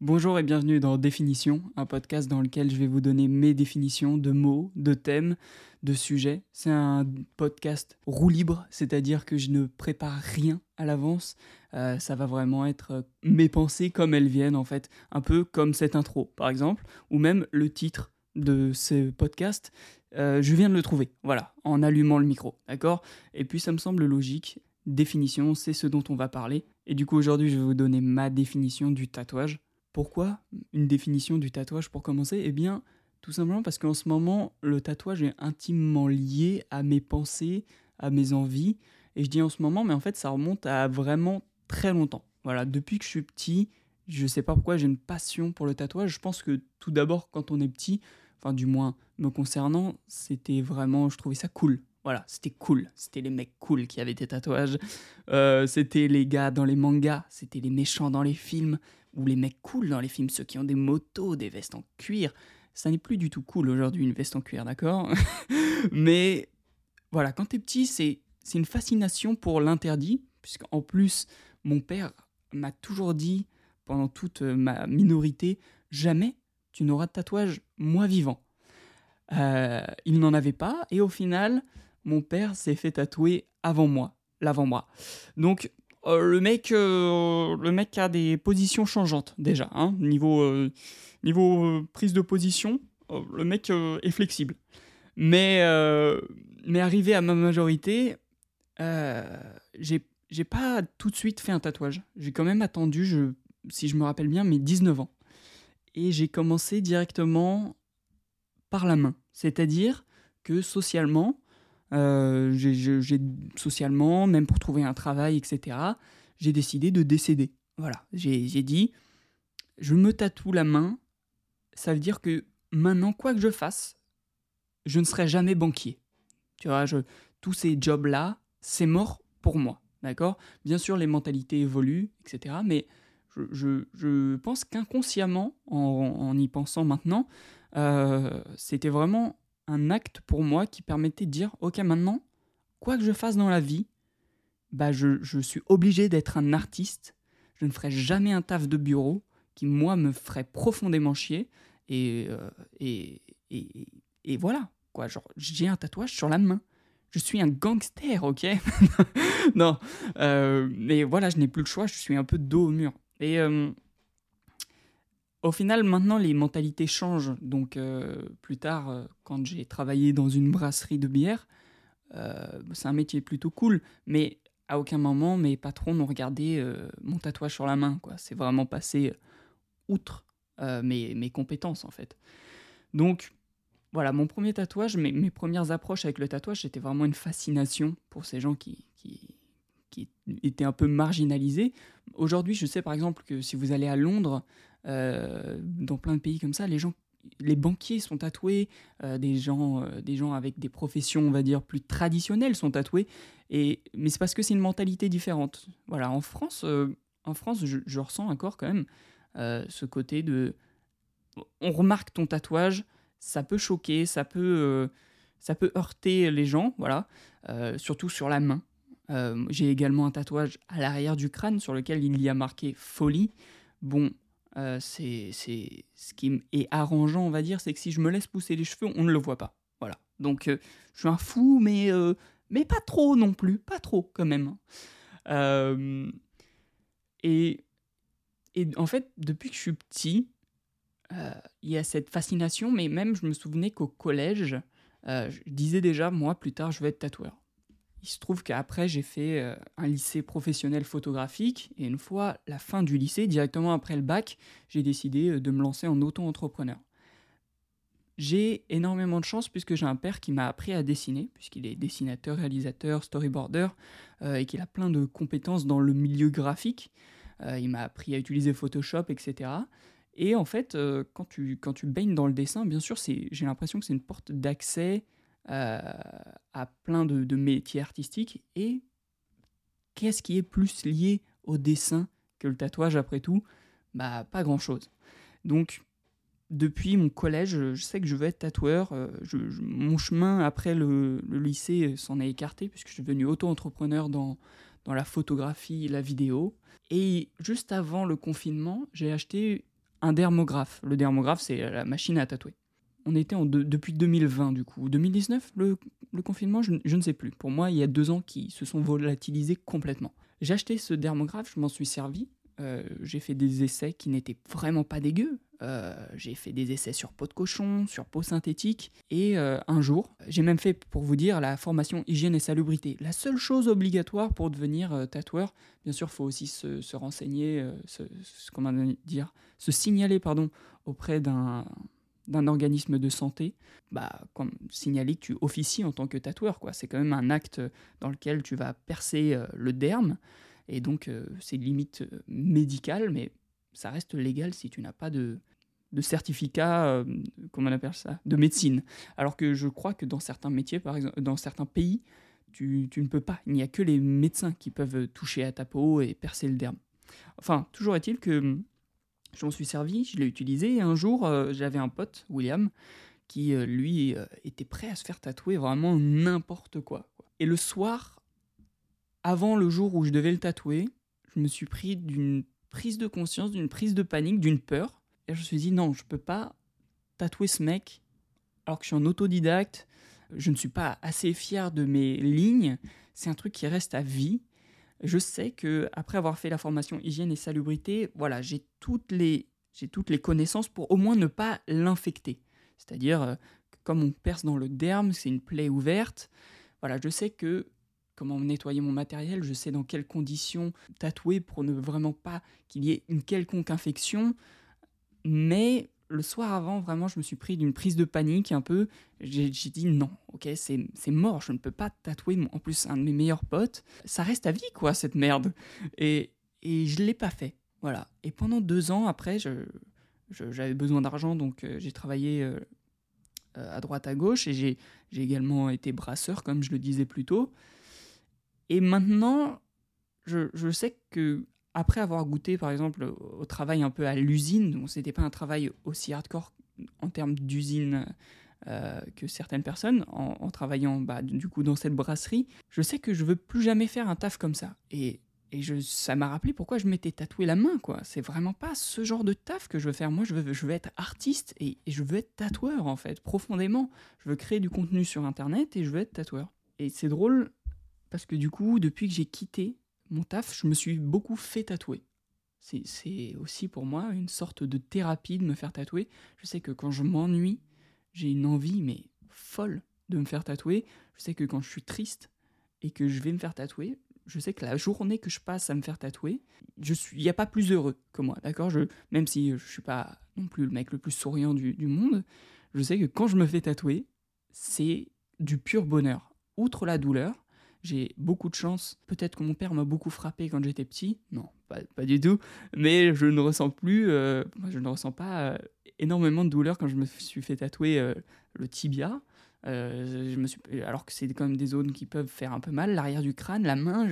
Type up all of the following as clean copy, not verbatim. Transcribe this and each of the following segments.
Bonjour et bienvenue dans Définition, un podcast dans lequel je vais vous donner mes définitions de mots, de thèmes, de sujets. C'est un podcast roue libre, c'est-à-dire que je ne prépare rien à l'avance. Ça va vraiment être mes pensées comme elles viennent en fait, un peu comme cette intro par exemple, ou même le titre de ce podcast. Je viens de le trouver, voilà, en allumant le micro, d'accord ? Et puis ça me semble logique. Définition, c'est ce dont on va parler. Et du coup aujourd'hui je vais vous donner ma définition du tatouage. Pourquoi une définition du tatouage pour commencer ? Eh bien, tout simplement parce qu'en ce moment, le tatouage est intimement lié à mes pensées, à mes envies. Et je dis en ce moment, mais en fait, ça remonte à vraiment très longtemps. Voilà, depuis que je suis petit, je sais pas pourquoi j'ai une passion pour le tatouage. Je pense que tout d'abord, quand on est petit, enfin du moins me concernant, c'était vraiment, je trouvais ça cool. Voilà, c'était cool. C'était les mecs cool qui avaient des tatouages. C'était les gars dans les mangas. C'était les méchants dans les films ou les mecs cool dans les films, ceux qui ont des motos, des vestes en cuir. Ça n'est plus du tout cool aujourd'hui, une veste en cuir, d'accord ? Mais voilà, quand t'es petit, c'est une fascination pour l'interdit, puisqu'en plus, mon père m'a toujours dit, pendant toute ma minorité, jamais tu n'auras de tatouage moi vivant. Il n'en avait pas, et au final, mon père s'est fait tatouer avant moi, l'avant-bras. Donc, le mec a des positions changeantes déjà, hein, niveau prise de position, le mec est flexible. Mais, euh, mais arrivé à ma majorité, euh, j'ai pas tout de suite fait un tatouage. J'ai quand même attendu, si je me rappelle bien, mes 19 ans. Et j'ai commencé directement par la main. C'est-à-dire que socialement, socialement, même pour trouver un travail, etc., j'ai décidé de décéder. Voilà, j'ai dit, je me tatoue la main, ça veut dire que maintenant, quoi que je fasse, je ne serai jamais banquier. Tu vois, tous ces jobs-là, c'est mort pour moi, d'accord ? Bien sûr, les mentalités évoluent, etc., mais je pense qu'inconsciemment, en y pensant maintenant, c'était vraiment un acte pour moi qui permettait de dire, ok, maintenant, quoi que je fasse dans la vie, bah je suis obligé d'être un artiste. Je ne ferai jamais un taf de bureau qui, moi, me ferait profondément chier. Et, euh, et, et, et voilà, quoi. Genre, j'ai un tatouage sur la main. Je suis un gangster, ok ? Non, mais voilà, je n'ai plus le choix. Je suis un peu dos au mur. Et au final, maintenant, les mentalités changent. Donc, plus tard, quand j'ai travaillé dans une brasserie de bière, c'est un métier plutôt cool, mais à aucun moment mes patrons n'ont regardé mon tatouage sur la main, quoi. C'est vraiment passé outre mes compétences, en fait. Donc, voilà, mon premier tatouage, mes premières approches avec le tatouage, c'était vraiment une fascination pour ces gens qui étaient un peu marginalisés. Aujourd'hui, je sais par exemple que si vous allez à Londres, dans plein de pays comme ça, les banquiers sont tatoués, des gens avec des professions, on va dire, plus traditionnelles sont tatoués, mais c'est parce que c'est une mentalité différente. Voilà, en France je ressens encore quand même ce côté de... On remarque ton tatouage, ça peut choquer, ça peut heurter les gens, voilà, surtout sur la main. J'ai également un tatouage à l'arrière du crâne sur lequel il y a marqué folie. Bon, c'est ce qui est arrangeant, on va dire, c'est que si je me laisse pousser les cheveux, on ne le voit pas. Voilà. Donc, je suis un fou, mais pas trop non plus, pas trop quand même. Euh, et, et en fait, depuis que je suis petit, il y a cette fascination, mais même je me souvenais qu'au collège, je disais déjà, moi, plus tard, je vais être tatoueur. Il se trouve qu'après, j'ai fait un lycée professionnel photographique, et une fois la fin du lycée, directement après le bac, j'ai décidé de me lancer en auto-entrepreneur. J'ai énormément de chance puisque j'ai un père qui m'a appris à dessiner, puisqu'il est dessinateur, réalisateur, storyboarder, et qu'il a plein de compétences dans le milieu graphique. Il m'a appris à utiliser Photoshop, etc. Et en fait, quand tu baignes dans le dessin, bien sûr, j'ai l'impression que c'est une porte d'accès à plein de métiers artistiques. Et qu'est-ce qui est plus lié au dessin que le tatouage après tout ? Bah, pas grand-chose. Donc, depuis mon collège, je sais que je veux être tatoueur. Mon chemin après le lycée s'en est écarté puisque je suis devenu auto-entrepreneur dans la photographie et la vidéo. Et juste avant le confinement, j'ai acheté un dermographe. Le dermographe, c'est la machine à tatouer. On était depuis 2020 du coup. 2019, le confinement, je ne sais plus. Pour moi, il y a 2 ans qui se sont volatilisés complètement. J'ai acheté ce dermographe, je m'en suis servi. J'ai fait des essais qui n'étaient vraiment pas dégueux. J'ai fait des essais sur peau de cochon, sur peau synthétique. Et un jour, j'ai même fait, pour vous dire, la formation hygiène et salubrité. La seule chose obligatoire pour devenir tatoueur, bien sûr, il faut aussi se renseigner, se signaler auprès d'un organisme de santé, comme signaler que tu officies en tant que tatoueur, quoi. C'est quand même un acte dans lequel tu vas percer le derme, et donc c'est limite médical, mais ça reste légal si tu n'as pas de certificat, comment on appelle ça, de médecine. Alors que je crois que dans certains métiers, par exemple, dans certains pays, tu ne peux pas. Il n'y a que les médecins qui peuvent toucher à ta peau et percer le derme. Enfin, toujours est-il que je m'en suis servi, je l'ai utilisé, et un jour, j'avais un pote, William, qui, lui, était prêt à se faire tatouer vraiment n'importe quoi. Et le soir, avant le jour où je devais le tatouer, je me suis pris d'une prise de conscience, d'une prise de panique, d'une peur, et je me suis dit, non, je peux pas tatouer ce mec, alors que je suis un autodidacte, je ne suis pas assez fier de mes lignes, c'est un truc qui reste à vie. Je sais que après avoir fait la formation hygiène et salubrité, voilà, j'ai toutes les connaissances pour au moins ne pas l'infecter. C'est-à-dire, que comme on perce dans le derme, c'est une plaie ouverte. Voilà, je sais comment nettoyer mon matériel, je sais dans quelles conditions tatouer pour ne vraiment pas qu'il y ait une quelconque infection. Mais le soir avant, vraiment, je me suis pris d'une prise de panique un peu. J'ai dit non, ok, c'est mort, je ne peux pas tatouer, en plus, un de mes meilleurs potes. Ça reste à vie, quoi, cette merde. Et je ne l'ai pas fait, voilà. Et pendant 2 ans, après, j'avais besoin d'argent, donc j'ai travaillé à droite, à gauche, et j'ai également été brasseur, comme je le disais plus tôt. Et maintenant, je sais que après avoir goûté, par exemple, au travail un peu à l'usine, donc c'était pas un travail aussi hardcore en termes d'usine que certaines personnes, en travaillant du coup dans cette brasserie, je sais que je veux plus jamais faire un taf comme ça. Et ça m'a rappelé pourquoi je m'étais tatoué la main, quoi. C'est vraiment pas ce genre de taf que je veux faire. Moi, je veux être artiste, et je veux être tatoueur, en fait, profondément. Je veux créer du contenu sur Internet et je veux être tatoueur. Et c'est drôle parce que du coup, depuis que j'ai quitté mon taf, je me suis beaucoup fait tatouer. C'est aussi pour moi une sorte de thérapie de me faire tatouer. Je sais que quand je m'ennuie, j'ai une envie, mais folle, de me faire tatouer. Je sais que quand je suis triste et que je vais me faire tatouer, je sais que la journée que je passe à me faire tatouer, il n'y a pas plus heureux que moi, d'accord. Même si je ne suis pas non plus le mec le plus souriant du monde, je sais que quand je me fais tatouer, c'est du pur bonheur. Outre la douleur, j'ai beaucoup de chance. Peut-être que mon père m'a beaucoup frappé quand j'étais petit. Non, pas du tout. Mais je ne ressens pas énormément de douleur quand je me suis fait tatouer le tibia. Alors que c'est quand même des zones qui peuvent faire un peu mal. L'arrière du crâne, la main,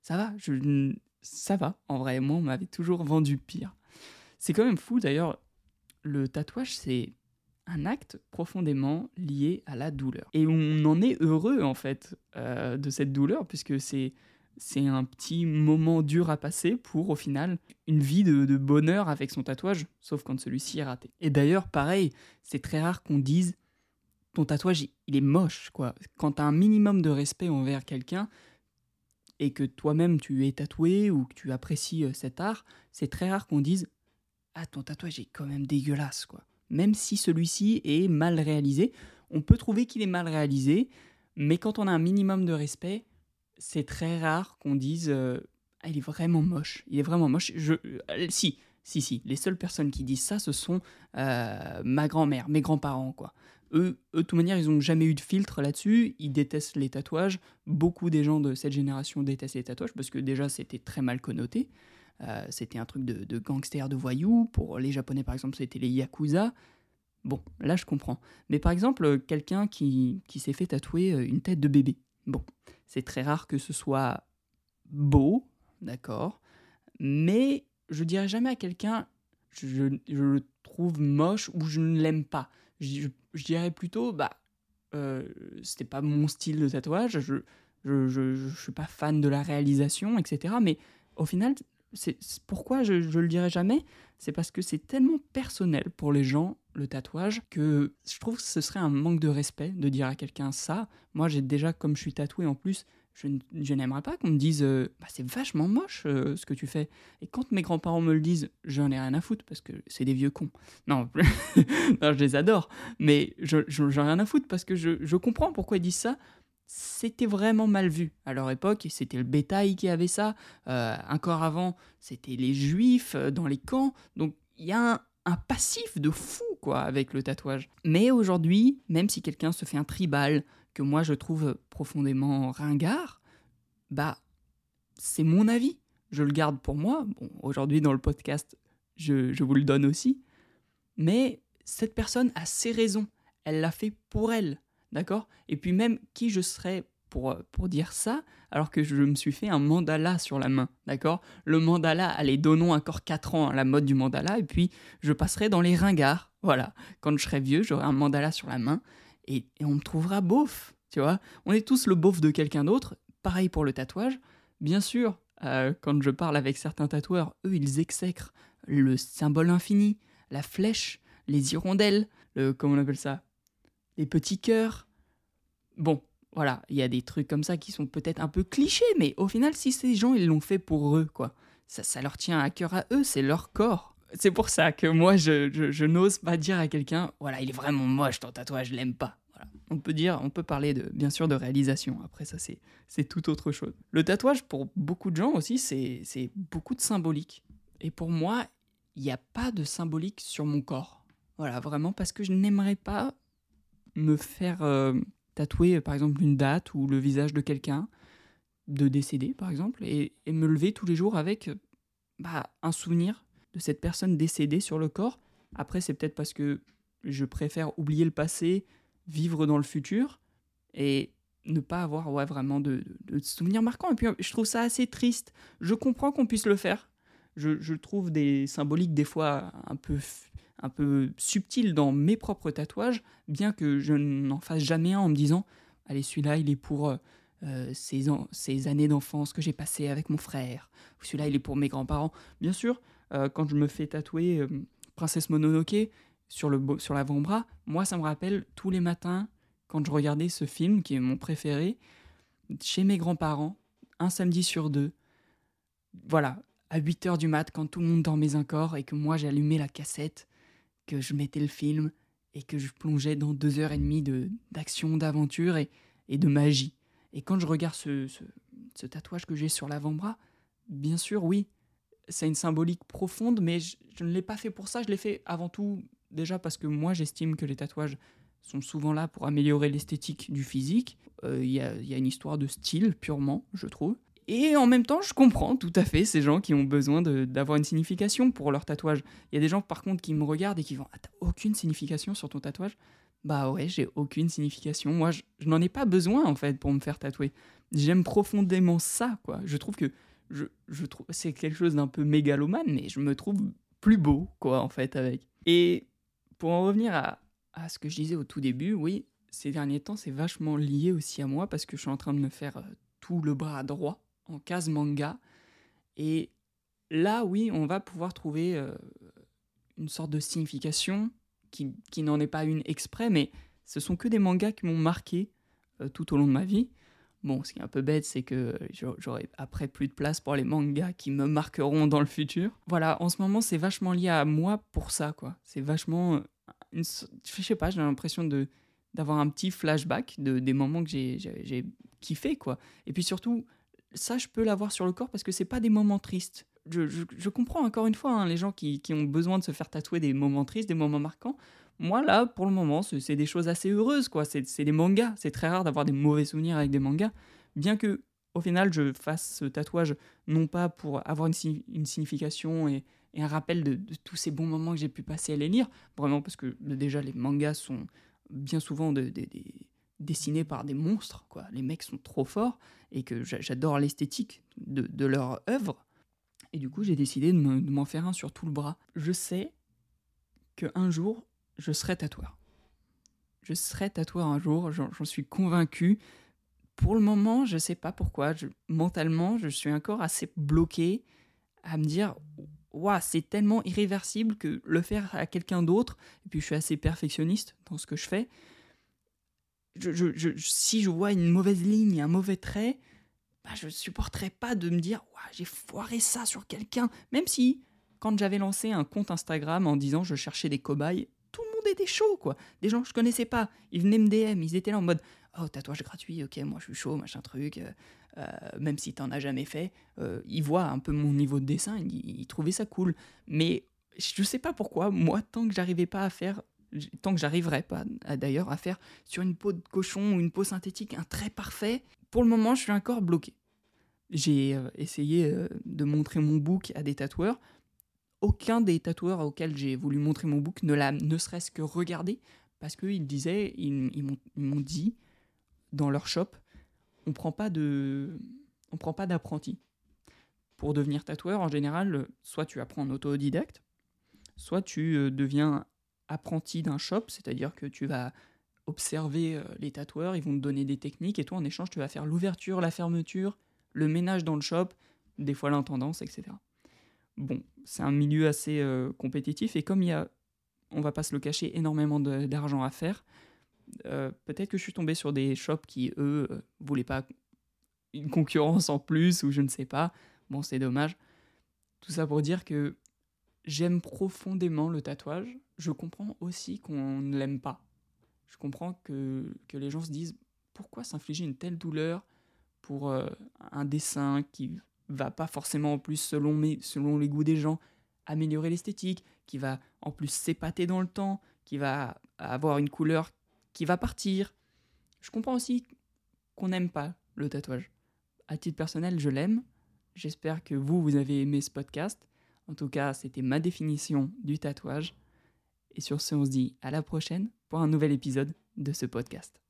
ça va. En vrai, moi, on m'avait toujours vendu pire. C'est quand même fou, d'ailleurs. Le tatouage, c'est un acte profondément lié à la douleur. Et on en est heureux, en fait, de cette douleur, puisque c'est un petit moment dur à passer pour, au final, une vie de bonheur avec son tatouage, sauf quand celui-ci est raté. Et d'ailleurs, pareil, c'est très rare qu'on dise « ton tatouage, il est moche », quoi. Quand tu as un minimum de respect envers quelqu'un, et que toi-même tu es tatoué, ou que tu apprécies cet art, c'est très rare qu'on dise « ah, ton tatouage est quand même dégueulasse », quoi. Même si celui-ci est mal réalisé, on peut trouver qu'il est mal réalisé, mais quand on a un minimum de respect, c'est très rare qu'on dise ah, il est vraiment moche, il est vraiment moche. Si, les seules personnes qui disent ça, ce sont ma grand-mère, mes grands-parents, quoi. Eux, de toute manière, ils n'ont jamais eu de filtre là-dessus, ils détestent les tatouages. Beaucoup des gens de cette génération détestent les tatouages, parce que déjà, c'était très mal connoté. C'était un truc de gangsters, de voyous. Pour les Japonais, par exemple, c'était les Yakuza. Bon, là, je comprends. Mais par exemple, quelqu'un qui s'est fait tatouer une tête de bébé. Bon, c'est très rare que ce soit beau, d'accord. Mais je dirais jamais à quelqu'un je le trouve moche ou je ne l'aime pas. Je dirais plutôt, c'était pas mon style de tatouage, je suis pas fan de la réalisation, etc. Mais au final, pourquoi je le dirai jamais? C'est parce que c'est tellement personnel pour les gens, le tatouage, que je trouve que ce serait un manque de respect de dire à quelqu'un ça. Moi, j'ai déjà, comme je suis tatoué en plus, je n'aimerais pas qu'on me dise bah, c'est vachement moche ce que tu fais. Et quand mes grands-parents me le disent, j'en ai rien à foutre parce que c'est des vieux cons. Non, non, je les adore, mais j'en ai rien à foutre parce que je comprends pourquoi ils disent ça. C'était vraiment mal vu à leur époque, et c'était le bétail qui avait ça. Encore avant, c'était les juifs dans les camps. Donc il y a un passif de fou quoi avec le tatouage. Mais aujourd'hui, même si quelqu'un se fait un tribal que moi je trouve profondément ringard, bah c'est mon avis. Je le garde pour moi. Bon, aujourd'hui dans le podcast, je vous le donne aussi. Mais cette personne a ses raisons. Elle l'a fait pour elle. D'accord? Et puis même, qui je serais pour dire ça, alors que je me suis fait un mandala sur la main, d'accord? Le mandala, allez, donnons encore 4 ans à la mode du mandala, et puis je passerai dans les ringards, voilà. Quand je serai vieux, j'aurai un mandala sur la main, et on me trouvera beauf, tu vois? On est tous le beauf de quelqu'un d'autre, pareil pour le tatouage. Bien sûr, quand je parle avec certains tatoueurs, eux, ils exècrent le symbole infini, la flèche, les hirondelles, comment on appelle ça? Les petits cœurs. Bon, voilà, il y a des trucs comme ça qui sont peut-être un peu clichés, mais au final, si ces gens, ils l'ont fait pour eux, quoi, ça leur tient à cœur à eux, c'est leur corps. C'est pour ça que moi, je n'ose pas dire à quelqu'un, voilà, il est vraiment moche ton tatouage, je l'aime pas. Voilà. On peut parler bien sûr de réalisation. Après ça, c'est tout autre chose. Le tatouage, pour beaucoup de gens aussi, c'est beaucoup de symbolique. Et pour moi, il n'y a pas de symbolique sur mon corps. Voilà, vraiment, parce que je n'aimerais pas me faire tatouer, par exemple, une date ou le visage de quelqu'un, de décédé, par exemple, et me lever tous les jours avec un souvenir de cette personne décédée sur le corps. Après, c'est peut-être parce que je préfère oublier le passé, vivre dans le futur, et ne pas avoir vraiment de souvenirs marquants. Et puis, je trouve ça assez triste. Je comprends qu'on puisse le faire. Je trouve des symboliques, des fois, un peu subtil dans mes propres tatouages, bien que je n'en fasse jamais un en me disant « Allez, celui-là, il est pour ces années d'enfance que j'ai passées avec mon frère. » Ou « Celui-là, il est pour mes grands-parents. » Bien sûr, quand je me fais tatouer Princesse Mononoke sur l'avant-bras, moi, ça me rappelle tous les matins, quand je regardais ce film, qui est mon préféré, chez mes grands-parents, un samedi sur deux. Voilà, à 8h du mat, quand tout le monde dormait encore et que moi, j'allumais la cassette, que je mettais le film et que je plongeais dans 2h30 d'action, d'aventure et de magie. Et quand je regarde ce tatouage que j'ai sur l'avant-bras, bien sûr, oui, c'est une symbolique profonde, mais je ne l'ai pas fait pour ça. Je l'ai fait avant tout, déjà parce que moi, j'estime que les tatouages sont souvent là pour améliorer l'esthétique du physique. Il y a une histoire de style, purement, je trouve. Et en même temps, je comprends tout à fait ces gens qui ont besoin d'avoir une signification pour leur tatouage. Il y a des gens, par contre, qui me regardent et qui vont « Ah, t'as aucune signification sur ton tatouage ?» Bah ouais, j'ai aucune signification. Moi, je n'en ai pas besoin, en fait, pour me faire tatouer. J'aime profondément ça, quoi. Je trouve que je trouve c'est quelque chose d'un peu mégalomane, mais je me trouve plus beau, quoi, en fait, avec. Et pour en revenir à ce que je disais au tout début, oui, ces derniers temps, c'est vachement lié aussi à moi, parce que je suis en train de me faire tout le bras droit en case manga. Et là, oui, on va pouvoir trouver une sorte de signification qui n'en est pas une exprès, mais ce sont que des mangas qui m'ont marqué tout au long de ma vie. Bon, ce qui est un peu bête, c'est que j'aurai après plus de place pour les mangas qui me marqueront dans le futur. Voilà, en ce moment, c'est vachement lié à moi pour ça, quoi. C'est vachement... je sais pas, j'ai l'impression d'avoir un petit flashback des moments que j'ai kiffé, quoi. Et puis surtout, ça, je peux l'avoir sur le corps parce que c'est pas des moments tristes. Je comprends encore une fois les gens qui ont besoin de se faire tatouer des moments tristes, des moments marquants. Moi, là, pour le moment, c'est des choses assez heureuses, quoi. C'est des mangas. C'est très rare d'avoir des mauvais souvenirs avec des mangas. Bien que, au final, je fasse ce tatouage non pas pour avoir une signification et un rappel de tous ces bons moments que j'ai pu passer à les lire, vraiment parce que déjà, les mangas sont bien souvent dessinés par des monstres, quoi. Les mecs sont trop forts et que j'adore l'esthétique de leur œuvre. Et du coup, j'ai décidé de m'en faire un sur tout le bras. Je sais qu'un jour, je serai tatoueur. Je serai tatoueur un jour, j'en suis convaincu. Pour le moment, je sais pas pourquoi. Mentalement, je suis encore assez bloqué à me dire ouah, c'est tellement irréversible que le faire à quelqu'un d'autre, et puis je suis assez perfectionniste dans ce que je fais, si je vois une mauvaise ligne, un mauvais trait, bah, je ne supporterais pas de me dire ouah, j'ai foiré ça sur quelqu'un. Même si, quand j'avais lancé un compte Instagram en disant je cherchais des cobayes, tout le monde était chaud, quoi. Des gens que je connaissais pas, ils venaient me DM, ils étaient là en mode oh, tatouage gratuit, ok, moi je suis chaud, machin truc. Même si t'en as jamais fait, ils voient un peu mon niveau de dessin, ils trouvaient ça cool. Mais je sais pas pourquoi, moi, tant que j'arriverais pas d'ailleurs à faire sur une peau de cochon ou une peau synthétique un trait parfait, pour le moment, je suis encore bloqué. J'ai essayé de montrer mon book à des tatoueurs. Aucun des tatoueurs auxquels j'ai voulu montrer mon book ne l'a ne serait-ce que regardé, parce qu'ils disaient, ils m'ont dit dans leur shop, on prend pas d'apprenti. Pour devenir tatoueur, en général, soit tu apprends en autodidacte, soit tu deviens apprenti d'un shop, c'est-à-dire que tu vas observer les tatoueurs, ils vont te donner des techniques, et toi, en échange, tu vas faire l'ouverture, la fermeture, le ménage dans le shop, des fois l'intendance, etc. Bon, c'est un milieu assez compétitif, et comme il y a, on va pas se le cacher, énormément d'argent à faire, peut-être que je suis tombé sur des shops qui, eux, voulaient pas une concurrence en plus, ou je ne sais pas. Bon, c'est dommage. Tout ça pour dire que j'aime profondément le tatouage. Je comprends aussi qu'on ne l'aime pas. Je comprends que les gens se disent pourquoi s'infliger une telle douleur pour un dessin qui va pas forcément en plus selon les goûts des gens améliorer l'esthétique, qui va en plus s'épater dans le temps, qui va avoir une couleur qui va partir. Je comprends aussi qu'on n'aime pas le tatouage. À titre personnel, je l'aime. J'espère que vous avez aimé ce podcast. En tout cas, c'était ma définition du tatouage. Et sur ce, on se dit à la prochaine pour un nouvel épisode de ce podcast.